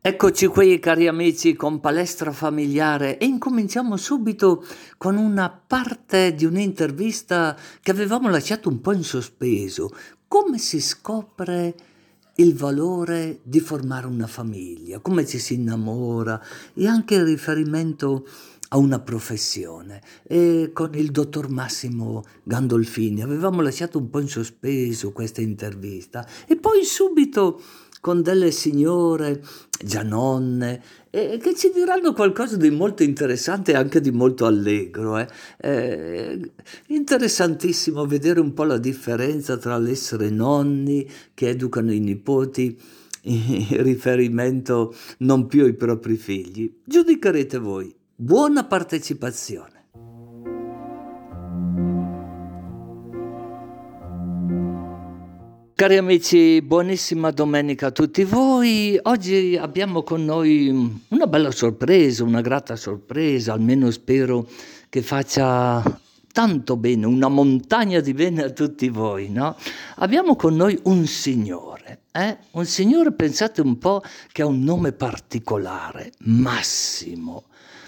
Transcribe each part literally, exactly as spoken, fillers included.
Eccoci qui cari amici con Palestra Familiare e incominciamo subito con una parte di un'intervista che avevamo lasciato un po' in sospeso. Come si scopre il valore di formare una famiglia? Come ci si innamora? E anche il riferimento a una professione. E con il dottor Massimo Gandolfini avevamo lasciato un po' in sospeso questa intervista e poi subito con delle signore già nonne, eh, che ci diranno qualcosa di molto interessante e anche di molto allegro. Eh. Eh, interessantissimo vedere un po' la differenza tra l'essere nonni che educano i nipoti in riferimento non più ai propri figli. Giudicherete voi. Buona partecipazione. Cari amici, buonissima domenica a tutti voi. Oggi abbiamo con noi una bella sorpresa, una grata sorpresa, almeno spero che faccia tanto bene, una montagna di bene a tutti voi, no? Abbiamo con noi un signore, eh? Un signore, pensate un po', che ha un nome particolare, Massimo.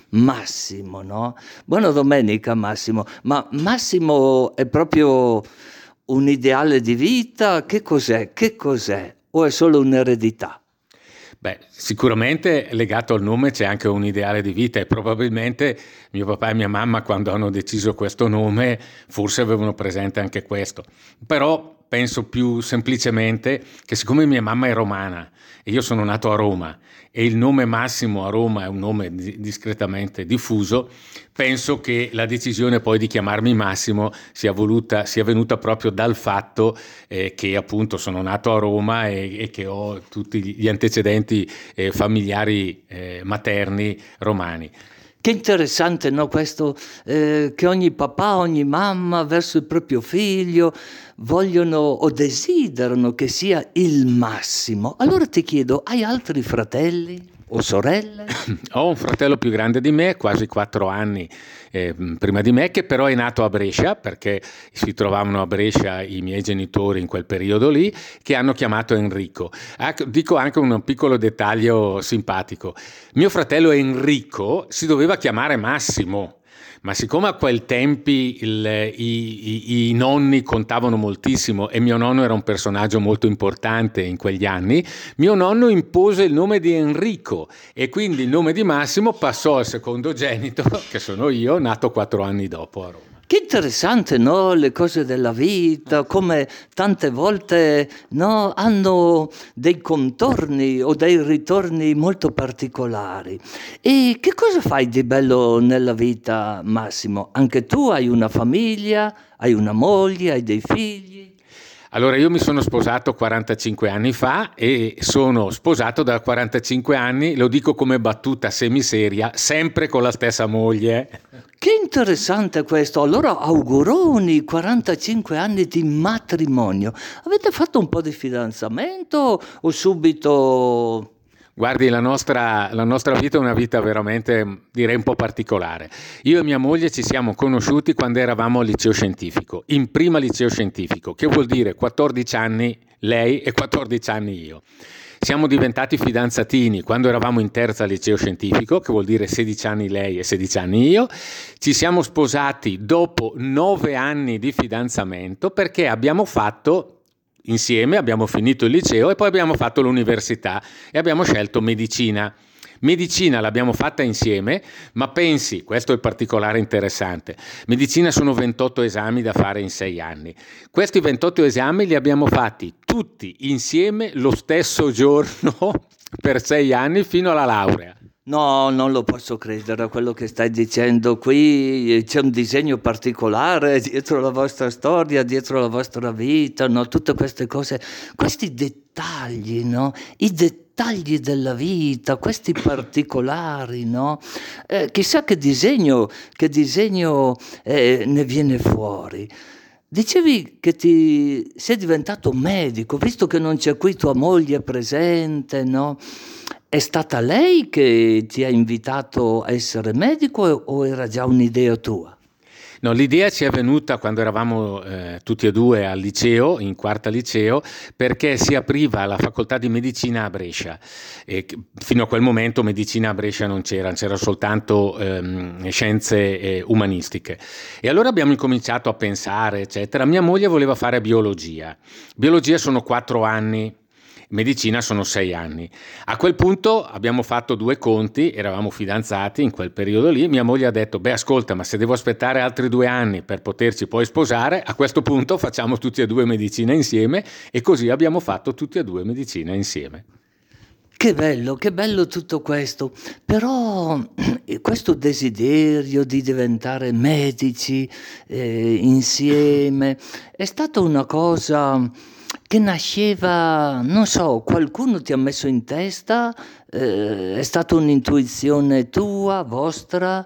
Massimo, no? Buona domenica Massimo, ma Massimo è proprio un ideale di vita? Che cos'è? Che cos'è? O è solo un'eredità? Beh, sicuramente legato al nome c'è anche un ideale di vita e probabilmente mio papà e mia mamma quando hanno deciso questo nome forse avevano presente anche questo. Però penso più semplicemente che siccome mia mamma è romana e io sono nato a Roma e il nome Massimo a Roma è un nome discretamente diffuso, penso che la decisione poi di chiamarmi Massimo sia voluta, sia venuta proprio dal fatto eh, che appunto sono nato a Roma e, e che ho tutti gli antecedenti eh, familiari eh, materni romani. Che interessante, no? Questo eh, che ogni papà, ogni mamma verso il proprio figlio vogliono o desiderano che sia il massimo. Allora ti chiedo, hai altri fratelli o sorelle? Ho un fratello più grande di me, quasi quattro anni eh, prima di me, che però è nato a Brescia, perché si trovavano a Brescia i miei genitori in quel periodo lì, che hanno chiamato Enrico. Ah, dico anche un piccolo dettaglio simpatico. Mio fratello Enrico si doveva chiamare Massimo. Ma siccome a quel tempi il, i, i, i nonni contavano moltissimo e mio nonno era un personaggio molto importante in quegli anni, mio nonno impose il nome di Enrico e quindi il nome di Massimo passò al secondogenito, che sono io, nato quattro anni dopo a Roma. Che interessante, no? Le cose della vita, come tante volte, no, hanno dei contorni o dei ritorni molto particolari. E che cosa fai di bello nella vita, Massimo? Anche tu hai una famiglia, hai una moglie, hai dei figli? Allora io mi sono sposato quarantacinque anni fa e sono sposato da quarantacinque anni, lo dico come battuta semiseria, sempre con la stessa moglie. Che interessante questo, allora auguroni, quarantacinque anni di matrimonio. Avete fatto un po' di fidanzamento o subito... Guardi, la nostra, la nostra vita è una vita veramente, direi, un po' particolare. Io e mia moglie ci siamo conosciuti quando eravamo al liceo scientifico, in prima liceo scientifico, che vuol dire quattordici anni lei e quattordici anni io. Siamo diventati fidanzatini quando eravamo in terza liceo scientifico, che vuol dire sedici anni lei e sedici anni io. Ci siamo sposati dopo nove anni di fidanzamento perché abbiamo fatto... Insieme abbiamo finito il liceo e poi abbiamo fatto l'università e abbiamo scelto medicina. Medicina l'abbiamo fatta insieme, ma pensi, questo è il particolare interessante, medicina sono ventotto esami da fare in sei anni. Questi ventotto esami li abbiamo fatti tutti insieme lo stesso giorno per sei anni fino alla laurea. No, non lo posso credere a quello che stai dicendo qui, c'è un disegno particolare dietro la vostra storia, dietro la vostra vita, no? Tutte queste cose, questi dettagli, no? I dettagli della vita, questi particolari, no? Eh, chissà che disegno, che disegno eh, ne viene fuori. Dicevi che ti sei diventato medico, visto che non c'è qui tua moglie presente, no? È stata lei che ti ha invitato a essere medico o era già un'idea tua? No, l'idea ci è venuta quando eravamo eh, tutti e due al liceo, in quarta liceo, perché si apriva la facoltà di medicina a Brescia. E fino a quel momento medicina a Brescia non c'era, c'era soltanto ehm, scienze eh, umanistiche. E allora abbiamo incominciato a pensare, eccetera. Mia moglie voleva fare biologia. Biologia sono quattro anni. Medicina sono sei anni. A quel punto abbiamo fatto due conti, eravamo fidanzati in quel periodo lì, mia moglie ha detto, beh ascolta, ma se devo aspettare altri due anni per poterci poi sposare, a questo punto facciamo tutti e due medicina insieme, e così abbiamo fatto tutti e due medicina insieme. Che bello, che bello tutto questo, però questo desiderio di diventare medici eh, insieme è stata una cosa che nasceva, non so, qualcuno ti ha messo in testa, eh, è stata un'intuizione tua, vostra,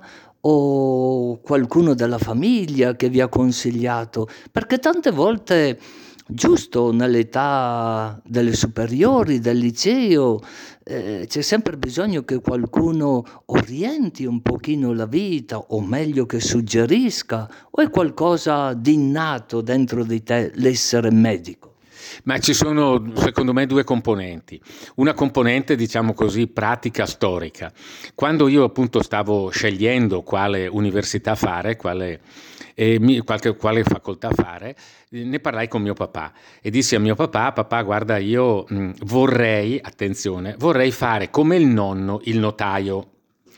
o qualcuno della famiglia che vi ha consigliato? Perché tante volte, giusto nell'età delle superiori, del liceo, eh, c'è sempre bisogno che qualcuno orienti un pochino la vita, o meglio che suggerisca, o è qualcosa di innato dentro di te l'essere medico? Ma ci sono, secondo me, due componenti. Una componente, diciamo così, pratica, storica. Quando io appunto stavo scegliendo quale università fare, quale, eh, mi, qualche, quale facoltà fare, eh, ne parlai con mio papà e dissi a mio papà, papà guarda io mh, vorrei, attenzione, vorrei fare come il nonno, il notaio,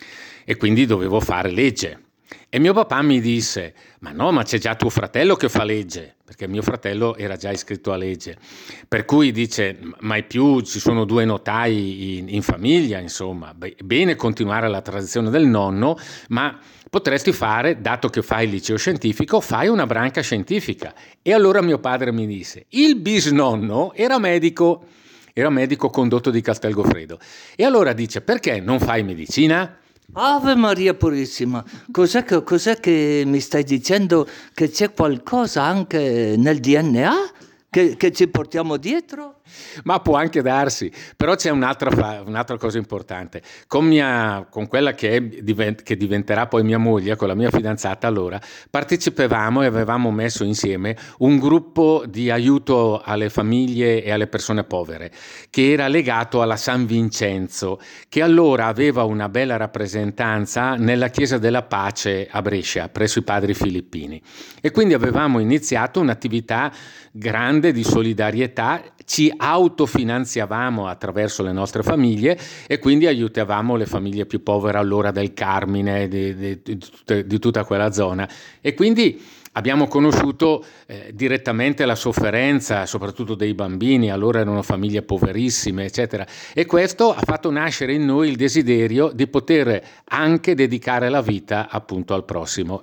e quindi dovevo fare legge. E mio papà mi disse, ma no, ma c'è già tuo fratello che fa legge, perché mio fratello era già iscritto a legge, per cui dice, mai più ci sono due notai in, in famiglia, insomma, bene continuare la tradizione del nonno, ma potresti fare, dato che fai il liceo scientifico, fai una branca scientifica. E allora mio padre mi disse, il bisnonno era medico, era medico condotto di Castel Goffredo, e allora dice, perché non fai medicina? Ave Maria Purissima, cos'è che, cos'è che mi stai dicendo? Che c'è qualcosa anche nel D N A che, che ci portiamo dietro? Ma può anche darsi, però c'è un'altra, fa- un'altra cosa importante. Con, mia, con quella che, è, divent- che diventerà poi mia moglie, con la mia fidanzata allora, partecipavamo e avevamo messo insieme un gruppo di aiuto alle famiglie e alle persone povere, che era legato alla San Vincenzo, che allora aveva una bella rappresentanza nella Chiesa della Pace a Brescia, presso i padri filippini. E quindi avevamo iniziato un'attività grande di solidarietà, ci autofinanziavamo attraverso le nostre famiglie e quindi aiutavamo le famiglie più povere allora del Carmine, di, di, di, tutta, di tutta quella zona, e quindi abbiamo conosciuto eh, direttamente la sofferenza, soprattutto dei bambini, allora erano famiglie poverissime, eccetera, e questo ha fatto nascere in noi il desiderio di poter anche dedicare la vita appunto al prossimo.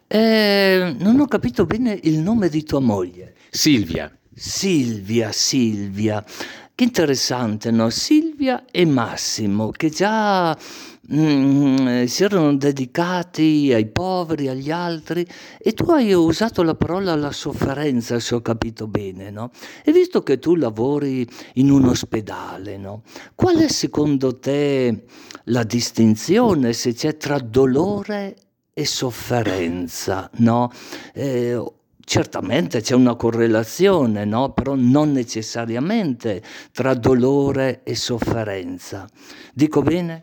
Eh, non ho capito bene il nome di tua moglie. Silvia. Silvia, Silvia, che interessante, no? Silvia e Massimo, che già mm, si erano dedicati ai poveri, agli altri, e tu hai usato la parola la sofferenza, se ho capito bene, no? E visto che tu lavori in un ospedale, no? Qual è secondo te la distinzione, se c'è, tra dolore e sofferenza, no? Eh, Certamente c'è una correlazione, no? Però non necessariamente tra dolore e sofferenza. Dico bene?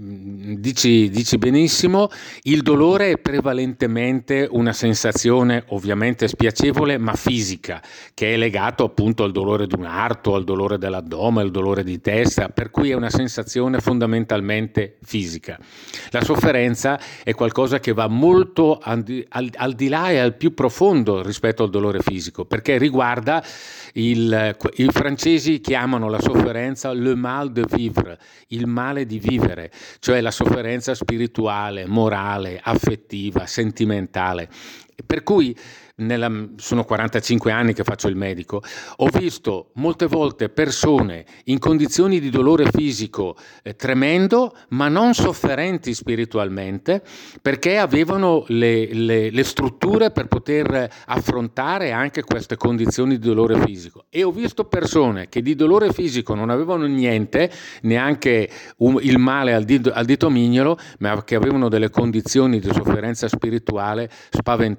Dici, dici benissimo, il dolore è prevalentemente una sensazione ovviamente spiacevole ma fisica, che è legato appunto al dolore di un arto, al dolore dell'addome, al dolore di testa, per cui è una sensazione fondamentalmente fisica. La sofferenza è qualcosa che va molto al di, al, al di là e al più profondo rispetto al dolore fisico, perché riguarda il, i francesi chiamano la sofferenza le mal de vivre, il male di vivere, cioè la sofferenza spirituale, morale, affettiva, sentimentale. Per cui nella, sono quarantacinque anni che faccio il medico, ho visto molte volte persone in condizioni di dolore fisico eh, tremendo, ma non sofferenti spiritualmente, perché avevano le, le, le strutture per poter affrontare anche queste condizioni di dolore fisico. E ho visto persone che di dolore fisico non avevano niente, neanche un, il male al dito, al dito mignolo, ma che avevano delle condizioni di sofferenza spirituale spaventose.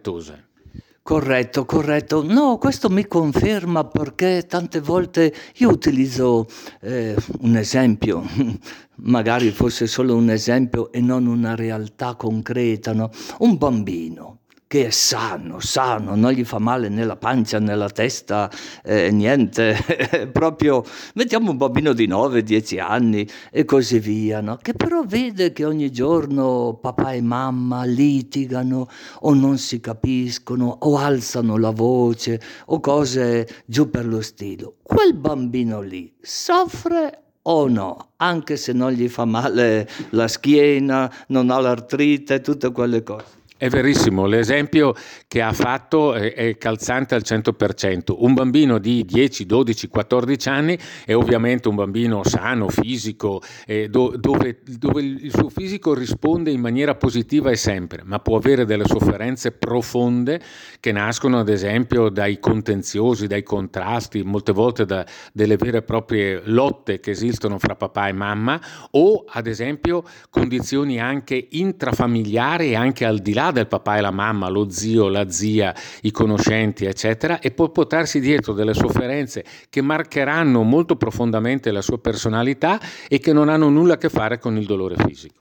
dilettose. Corretto, corretto. No, questo mi conferma perché tante volte io utilizzo eh, un esempio, magari fosse solo un esempio e non una realtà concreta, no? Un bambino che è sano, sano, non gli fa male né la pancia né la testa, eh, niente, proprio mettiamo un bambino di nove dieci anni e così via, no? Che però vede che ogni giorno papà e mamma litigano o non si capiscono o alzano la voce o cose giù per lo stile. Quel bambino lì soffre o no? Anche se non gli fa male la schiena, non ha l'artrite, tutte quelle cose. È verissimo, l'esempio che ha fatto è, è calzante al cento per cento. Un bambino di dieci, dodici, quattordici anni è ovviamente un bambino sano, fisico, eh, do, dove, dove il suo fisico risponde in maniera positiva e sempre, ma può avere delle sofferenze profonde che nascono ad esempio dai contenziosi, dai contrasti, molte volte da delle vere e proprie lotte che esistono fra papà e mamma, o ad esempio condizioni anche intrafamiliari e anche al di là del papà e la mamma, lo zio, la zia, i conoscenti, eccetera, e può portarsi dietro delle sofferenze che marcheranno molto profondamente la sua personalità e che non hanno nulla a che fare con il dolore fisico.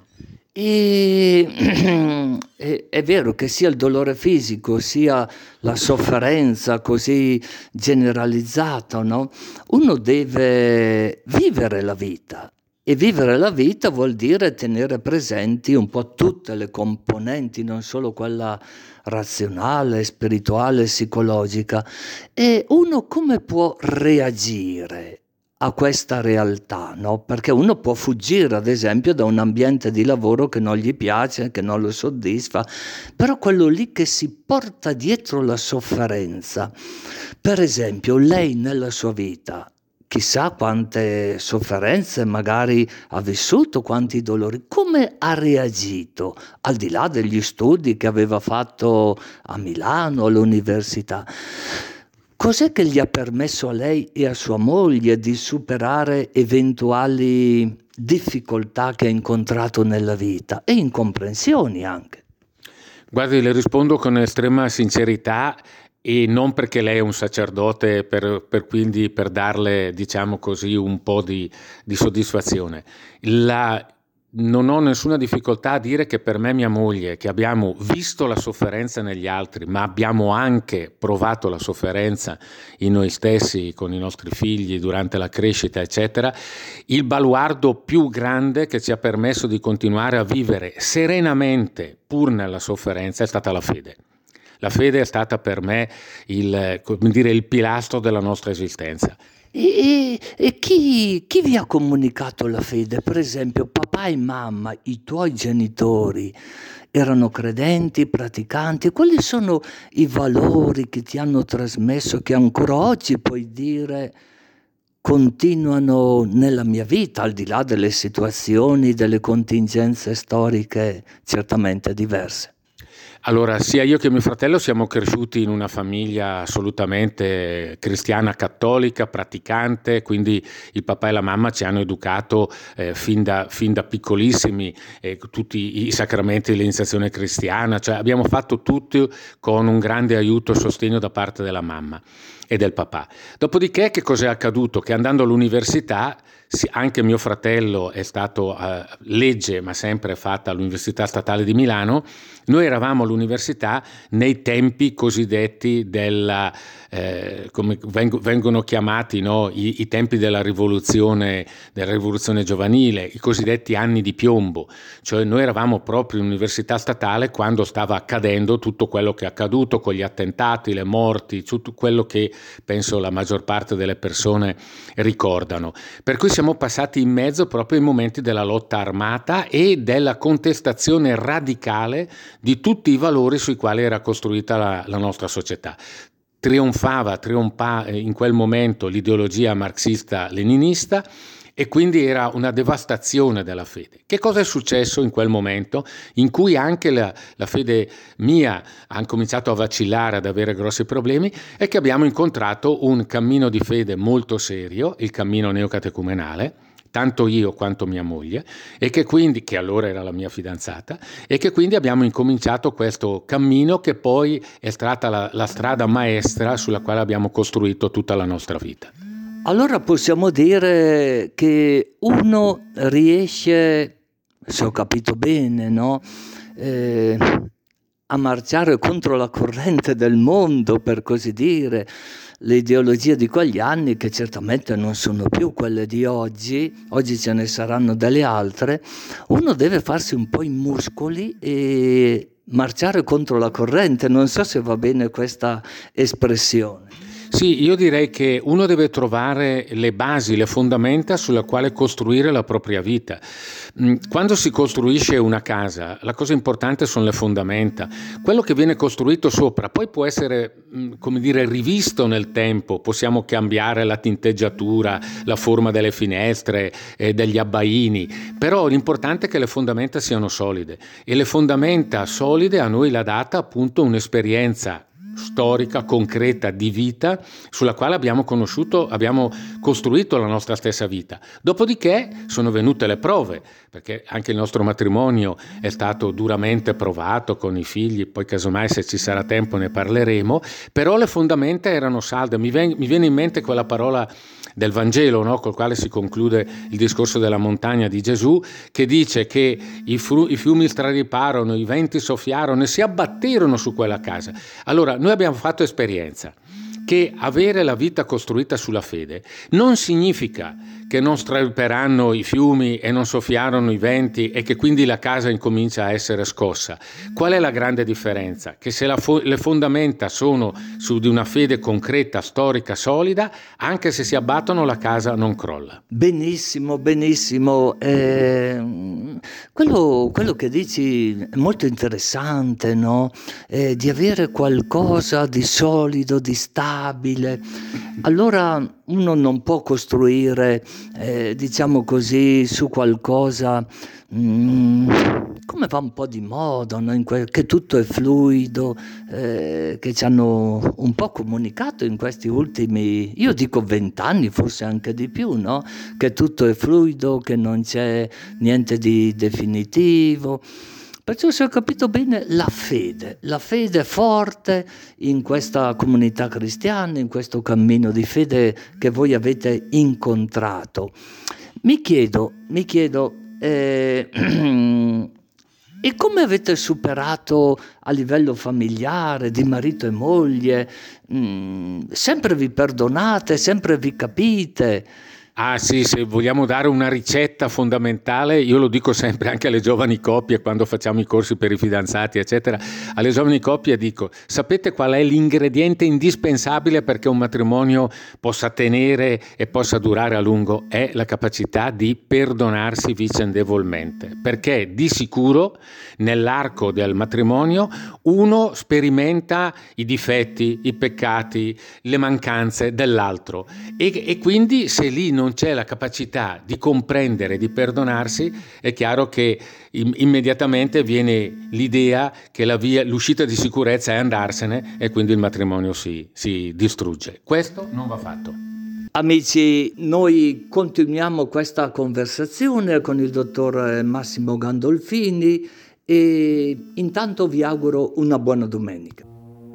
E è, è vero che sia il dolore fisico sia la sofferenza così generalizzata, no? Uno deve vivere la vita. E vivere la vita vuol dire tenere presenti un po' tutte le componenti, non solo quella razionale, spirituale, psicologica. E uno come può reagire a questa realtà, no? Perché uno può fuggire, ad esempio, da un ambiente di lavoro che non gli piace, che non lo soddisfa, però quello lì che si porta dietro la sofferenza. Per esempio, lei nella sua vita, chissà quante sofferenze magari ha vissuto, quanti dolori, come ha reagito, al di là degli studi che aveva fatto a Milano, all'università. Cos'è che gli ha permesso a lei e a sua moglie di superare eventuali difficoltà che ha incontrato nella vita e incomprensioni anche? Guardi, le rispondo con estrema sincerità. E non perché lei è un sacerdote, per, per quindi per darle, diciamo così, un po' di, di soddisfazione. La, non ho nessuna difficoltà a dire che per me e mia moglie, che abbiamo visto la sofferenza negli altri, ma abbiamo anche provato la sofferenza in noi stessi, con i nostri figli, durante la crescita, eccetera, il baluardo più grande che ci ha permesso di continuare a vivere serenamente, pur nella sofferenza, è stata la fede. La fede è stata per me il, come dire, il pilastro della nostra esistenza. E, e chi, chi vi ha comunicato la fede? Per esempio, papà e mamma, i tuoi genitori, erano credenti, praticanti? Quali sono i valori che ti hanno trasmesso, che ancora oggi puoi dire continuano nella mia vita, al di là delle situazioni, delle contingenze storiche certamente diverse? Allora, sia io che mio fratello siamo cresciuti in una famiglia assolutamente cristiana, cattolica, praticante, quindi il papà e la mamma ci hanno educato eh, fin, da, fin da piccolissimi, eh, tutti i sacramenti dell'iniziazione cristiana, cioè abbiamo fatto tutto con un grande aiuto e sostegno da parte della mamma e del papà. Dopodiché che cos'è accaduto? Che andando all'università, anche mio fratello è stato uh, legge, ma sempre fatta all'Università Statale di Milano, noi eravamo all'università nei tempi cosiddetti della, eh, come veng- vengono chiamati, no? I, i tempi della rivoluzione, della rivoluzione giovanile, i cosiddetti anni di piombo, cioè noi eravamo proprio in Università Statale quando stava accadendo tutto quello che è accaduto con gli attentati, le morti, tutto quello che penso la maggior parte delle persone ricordano. Per cui siamo passati in mezzo proprio ai momenti della lotta armata e della contestazione radicale di tutti i valori sui quali era costruita la, la nostra società. Trionfava, trionfa in quel momento l'ideologia marxista-leninista e quindi era una devastazione della fede. Che cosa è successo in quel momento in cui anche la, la fede mia ha cominciato a vacillare, ad avere grossi problemi? È che abbiamo incontrato un cammino di fede molto serio, il cammino neocatecumenale, tanto io quanto mia moglie, e che quindi, che allora era la mia fidanzata, e che quindi abbiamo incominciato questo cammino che poi è stata la, la strada maestra sulla quale abbiamo costruito tutta la nostra vita. Allora possiamo dire che uno riesce, se ho capito bene, no? Eh, a marciare contro la corrente del mondo, per così dire, le ideologie di quegli anni che certamente non sono più quelle di oggi, oggi ce ne saranno delle altre. Uno deve farsi un po' i muscoli e marciare contro la corrente, non so se va bene questa espressione. Sì, io direi che uno deve trovare le basi, le fondamenta sulla quale costruire la propria vita. Quando si costruisce una casa, la cosa importante sono le fondamenta. Quello che viene costruito sopra poi può essere, come dire, rivisto nel tempo. Possiamo cambiare la tinteggiatura, la forma delle finestre, eh, degli abbaini, però l'importante è che le fondamenta siano solide, e le fondamenta solide a noi l'ha data appunto un'esperienza storica, concreta, di vita, sulla quale abbiamo conosciuto, abbiamo costruito la nostra stessa vita. Dopodiché sono venute le prove, perché anche il nostro matrimonio è stato duramente provato con i figli, poi casomai se ci sarà tempo ne parleremo, però le fondamenta erano salde. Mi, ven- mi viene in mente quella parola del Vangelo, no? Col quale si conclude il discorso della montagna di Gesù, che dice che i, fru- i fiumi strariparono, i venti soffiarono e si abbatterono su quella casa. Allora, noi abbiamo fatto esperienza che avere la vita costruita sulla fede non significa che non striperanno i fiumi e non soffiarono i venti e che quindi la casa incomincia a essere scossa. Qual è la grande differenza? Che se la fo- le fondamenta sono su di una fede concreta, storica, solida, anche se si abbattono la casa non crolla. Benissimo, benissimo. Eh, quello, quello che dici è molto interessante, no? Eh, di avere qualcosa di solido, di stabile. Allora uno non può costruire, eh, diciamo così, su qualcosa mm, come va un po' di moda, no? In que- che tutto è fluido, eh, che ci hanno un po' comunicato in questi ultimi, io dico vent'anni, forse anche di più, no? Che tutto è fluido, che non c'è niente di definitivo. Perciò, se ho capito bene, la fede, la fede forte in questa comunità cristiana, in questo cammino di fede che voi avete incontrato. Mi chiedo, mi chiedo, eh, e come avete superato a livello familiare, di marito e moglie? Mm, sempre vi perdonate, sempre vi capite? Ah sì, se vogliamo dare una ricetta fondamentale, io lo dico sempre anche alle giovani coppie quando facciamo i corsi per i fidanzati, eccetera, alle giovani coppie dico: sapete qual è l'ingrediente indispensabile perché un matrimonio possa tenere e possa durare a lungo? È la capacità di perdonarsi vicendevolmente, perché di sicuro nell'arco del matrimonio uno sperimenta i difetti, i peccati, le mancanze dell'altro e, e quindi se lì non non c'è la capacità di comprendere, di perdonarsi, è chiaro che immediatamente viene l'idea che la via, l'uscita di sicurezza è andarsene e quindi il matrimonio si, si distrugge. Questo non va fatto. Amici, noi continuiamo questa conversazione con il dottor Massimo Gandolfini e intanto vi auguro una buona domenica.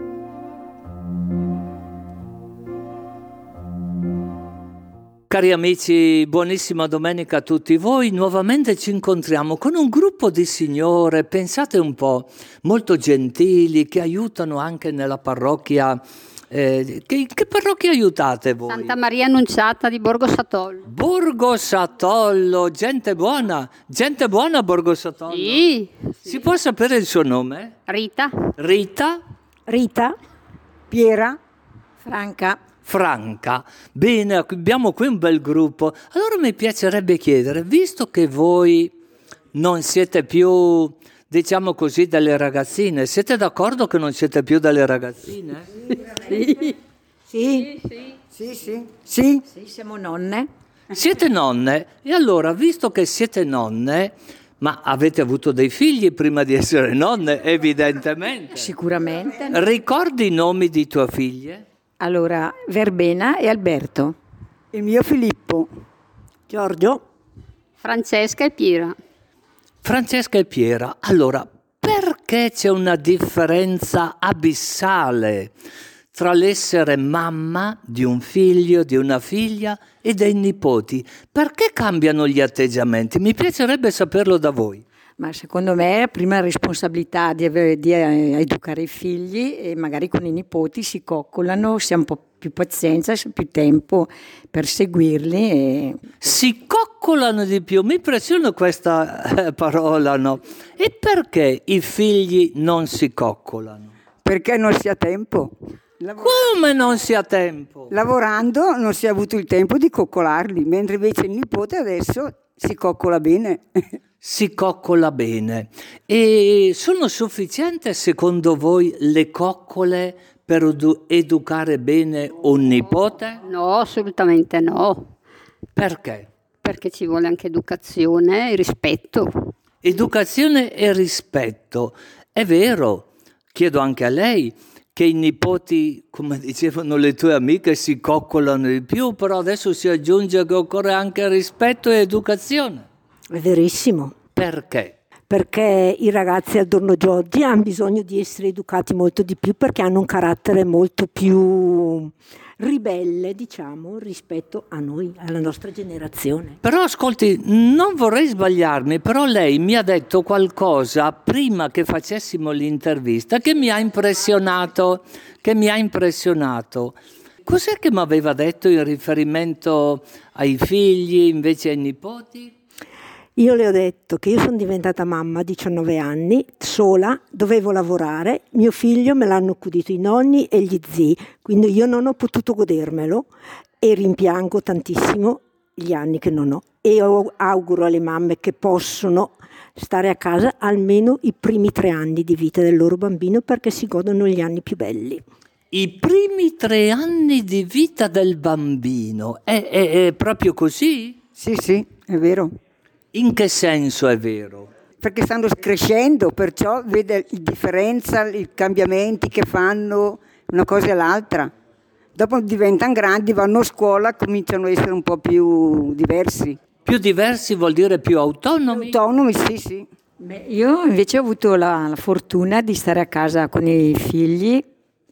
Cari amici, buonissima domenica a tutti voi. Nuovamente ci incontriamo con un gruppo di signore, pensate un po', molto gentili, che aiutano anche nella parrocchia. Eh, che, che parrocchia aiutate voi? Santa Maria Annunciata di Borgo Satollo. Borgo Satollo, gente buona, gente buona a Borgo Satollo. Sì, Si sì. può sapere il suo nome? Rita. Rita? Rita, Piera, Franca. Franca. Bene, abbiamo qui un bel gruppo. Allora mi piacerebbe chiedere, visto che voi non siete più, diciamo così, delle ragazzine, siete d'accordo che non siete più delle ragazzine? Sì. Sì. Sì, sì. Sì, sì. Sì, siamo nonne. Siete nonne? E allora, visto che siete nonne, ma avete avuto dei figli prima di essere nonne, evidentemente. Sicuramente. Ricordi i nomi di tue figlie? Allora, Verbena e Alberto. Il mio Filippo, Giorgio, Francesca e Piera. Francesca e Piera, allora, perché c'è una differenza abissale tra l'essere mamma di un figlio, di una figlia e dei nipoti? Perché cambiano gli atteggiamenti? Mi piacerebbe saperlo da voi. Ma secondo me prima la responsabilità di, avere, di educare i figli e magari con i nipoti si coccolano, si ha un po' più pazienza, si ha più tempo per seguirli. E... Si coccolano di più, mi impressiona questa eh, parola, no? E perché i figli non si coccolano? Perché non si ha tempo. Lavorando, come non si ha tempo? Lavorando non si è avuto il tempo di coccolarli, mentre invece il nipote adesso si coccola bene. Si coccola bene. E sono sufficienti secondo voi le coccole per edu- educare bene un nipote? No, assolutamente no. Perché? Perché ci vuole anche educazione e rispetto. Educazione e rispetto. È vero, chiedo anche a lei, che i nipoti, come dicevano le tue amiche, si coccolano di più, però adesso si aggiunge che occorre anche rispetto e educazione. È verissimo. Perché? Perché i ragazzi al giorno d'oggi hanno bisogno di essere educati molto di più perché hanno un carattere molto più ribelle, diciamo, rispetto a noi, alla nostra generazione. Però ascolti, non vorrei sbagliarmi, però lei mi ha detto qualcosa prima che facessimo l'intervista che mi ha impressionato, che mi ha impressionato. Cos'è che mi aveva detto in riferimento ai figli, invece ai nipoti? Io le ho detto che io sono diventata mamma a diciannove anni, sola, dovevo lavorare, mio figlio me l'hanno accudito i nonni e gli zii, quindi io non ho potuto godermelo e rimpiango tantissimo gli anni che non ho. E io auguro alle mamme che possono stare a casa almeno i primi tre anni di vita del loro bambino perché si godono gli anni più belli. I primi tre anni di vita del bambino, è, è, è proprio così? Sì, sì, è vero. In che senso è vero? Perché stanno crescendo, perciò vede la differenza, i cambiamenti che fanno una cosa e l'altra. Dopo diventano grandi, vanno a scuola, cominciano a essere un po' più diversi. Più diversi vuol dire più autonomi? Autonomi, sì, sì. Beh, io invece ho avuto la, la fortuna di stare a casa con i figli,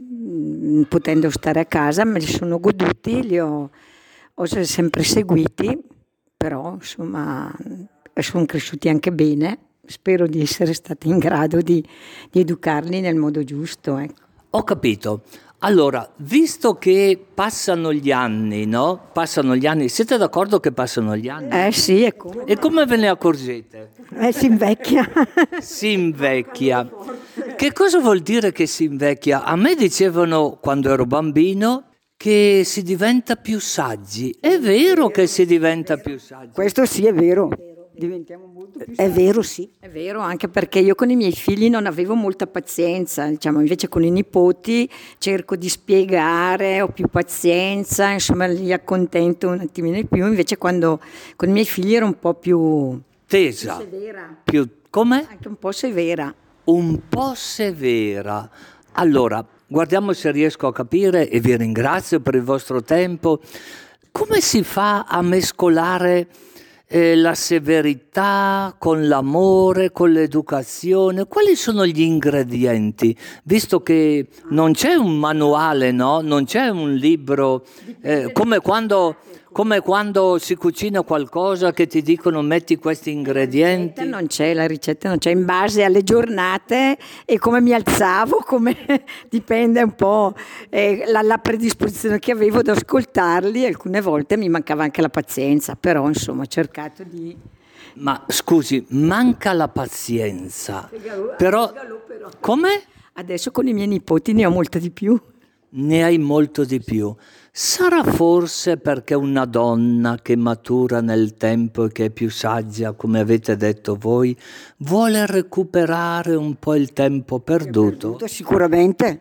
mh, potendo stare a casa, me li sono goduti, li ho, ho sempre seguiti. Però insomma sono cresciuti anche bene, spero di essere stata in grado di, di educarli nel modo giusto. Ecco. Ho capito. Allora, visto che passano gli anni, no? Passano gli anni, siete d'accordo che passano gli anni? Eh sì, è come. E come ve ne accorgete? Eh, si invecchia. Si invecchia. Che cosa vuol dire che si invecchia? A me dicevano quando ero bambino che si diventa più saggi. È vero che si diventa più saggi? Questo sì è vero. Diventiamo molto più saggi. È vero, sì. È vero, anche perché io con i miei figli non avevo molta pazienza, diciamo, invece con i nipoti cerco di spiegare, ho più pazienza, insomma li accontento un attimino di più, invece quando con i miei figli ero un po' più tesa. Più severa. Più, come? Anche un po' severa. Un po' severa. Allora, guardiamo se riesco a capire e vi ringrazio per il vostro tempo. Come si fa a mescolare eh, la severità con l'amore, con l'educazione? Quali sono gli ingredienti? Visto che non c'è un manuale, no? Non c'è un libro, eh, come quando... Come quando si cucina qualcosa che ti dicono metti questi ingredienti. La ricetta non c'è, la ricetta non c'è, in base alle giornate e come mi alzavo, come dipende un po' eh, la, la predisposizione che avevo ad ascoltarli, alcune volte mi mancava anche la pazienza, però insomma ho cercato di... Ma scusi, manca la pazienza, però come? Adesso con i miei nipoti ne ho molta di più. Ne hai molto di più. Sarà forse perché una donna che matura nel tempo e che è più saggia, come avete detto voi, vuole recuperare un po' il tempo perduto? perduto sicuramente,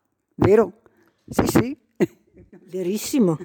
vero? Sì, sì. Verissimo.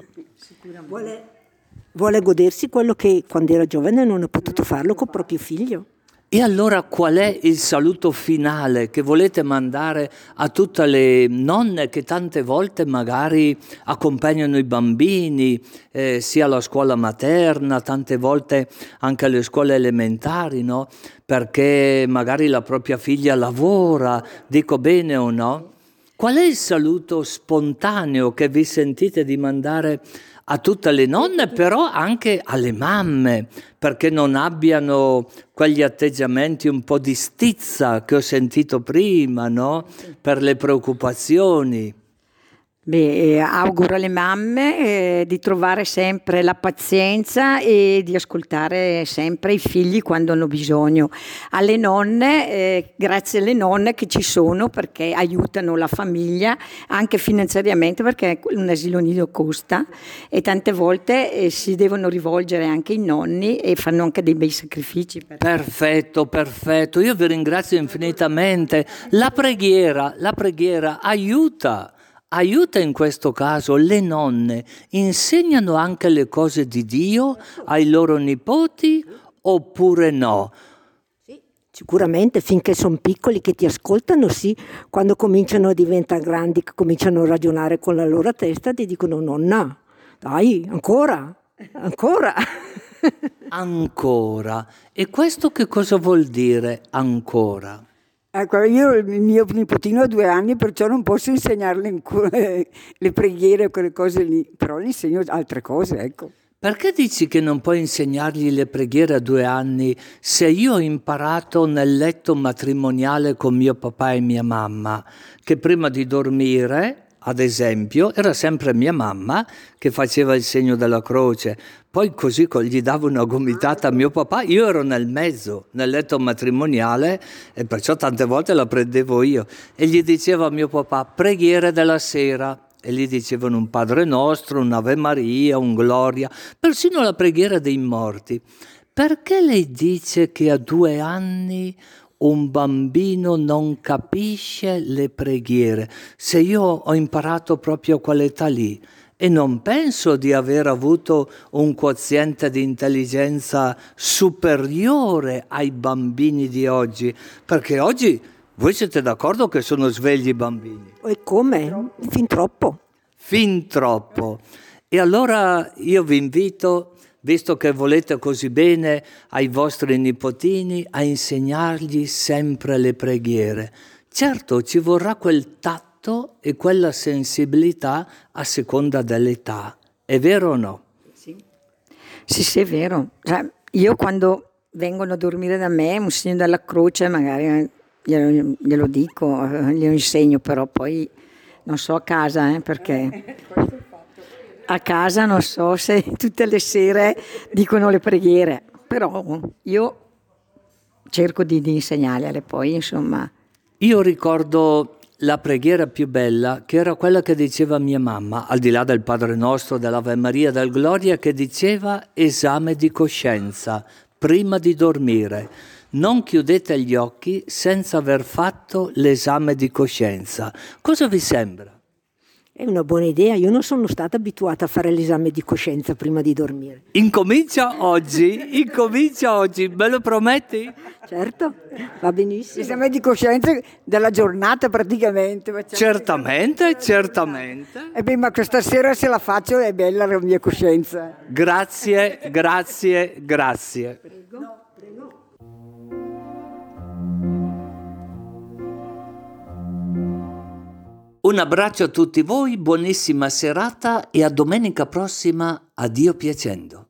Vuole, vuole godersi quello che quando era giovane non ha potuto farlo col proprio figlio. E allora qual è il saluto finale che volete mandare a tutte le nonne che tante volte magari accompagnano i bambini, eh, sia alla scuola materna, tante volte anche alle scuole elementari, no? Perché magari la propria figlia lavora, dico bene o no? Qual è il saluto spontaneo che vi sentite di mandare a tutte le nonne, però anche alle mamme, perché non abbiano quegli atteggiamenti un po' di stizza che ho sentito prima, no? Per le preoccupazioni. Beh, auguro alle mamme eh, di trovare sempre la pazienza e di ascoltare sempre i figli quando hanno bisogno. Alle nonne, eh, grazie alle nonne che ci sono perché aiutano la famiglia anche finanziariamente, perché un asilo nido costa e tante volte eh, si devono rivolgere anche ai nonni e fanno anche dei bei sacrifici. Per... Perfetto, perfetto. Io vi ringrazio infinitamente. La preghiera, la preghiera aiuta. Aiuta in questo caso le nonne, insegnano anche le cose di Dio ai loro nipoti oppure no? Sì, sicuramente finché sono piccoli che ti ascoltano, sì, quando cominciano a diventare grandi, che cominciano a ragionare con la loro testa, ti dicono nonna, dai, ancora, ancora. Ancora. E questo che cosa vuol dire ancora? Ecco, io il mio nipotino ha due anni, perciò non posso insegnarle ancora le preghiere o quelle cose lì, però gli insegno altre cose, ecco. Perché dici che non puoi insegnargli le preghiere a due anni se io ho imparato nel letto matrimoniale con mio papà e mia mamma che prima di dormire, ad esempio, era sempre mia mamma che faceva il segno della croce, poi così gli davo una gomitata a mio papà, io ero nel mezzo, nel letto matrimoniale e perciò tante volte la prendevo io e gli diceva a mio papà preghiere della sera e gli dicevano un Padre Nostro, un Ave Maria, un Gloria, persino la preghiera dei morti. Perché lei dice che a due anni un bambino non capisce le preghiere, se io ho imparato proprio a quell'età lì e non penso di aver avuto un quoziente di intelligenza superiore ai bambini di oggi, perché oggi voi siete d'accordo che sono svegli i bambini? E come? Fin troppo. Fin troppo. E allora io vi invito, visto che volete così bene ai vostri nipotini, a insegnargli sempre le preghiere. Certo, ci vorrà quel tatto e quella sensibilità a seconda dell'età. È vero o no? Sì, sì, sì, è vero. Cioè, io quando vengono a dormire da me, un segno della croce, magari glielo, glielo dico, glielo insegno, però poi non so a casa, eh, perché... A casa non so se tutte le sere dicono le preghiere, però io cerco di, di insegnarle poi, insomma. Io ricordo la preghiera più bella, che era quella che diceva mia mamma, al di là del Padre Nostro, dell'Ave Maria, del Gloria, che diceva esame di coscienza, prima di dormire. Non chiudete gli occhi senza aver fatto l'esame di coscienza. Cosa vi sembra? È una buona idea, io non sono stata abituata a fare l'esame di coscienza prima di dormire. Incomincia oggi, incomincia oggi, me lo prometti? Certo, va benissimo. L'esame di coscienza della giornata praticamente. Certamente, certamente. E beh, ma questa sera se la faccio è bella la mia coscienza. Grazie, grazie, grazie. Prego, prego. Un abbraccio a tutti voi, buonissima serata e a domenica prossima, a Dio piacendo.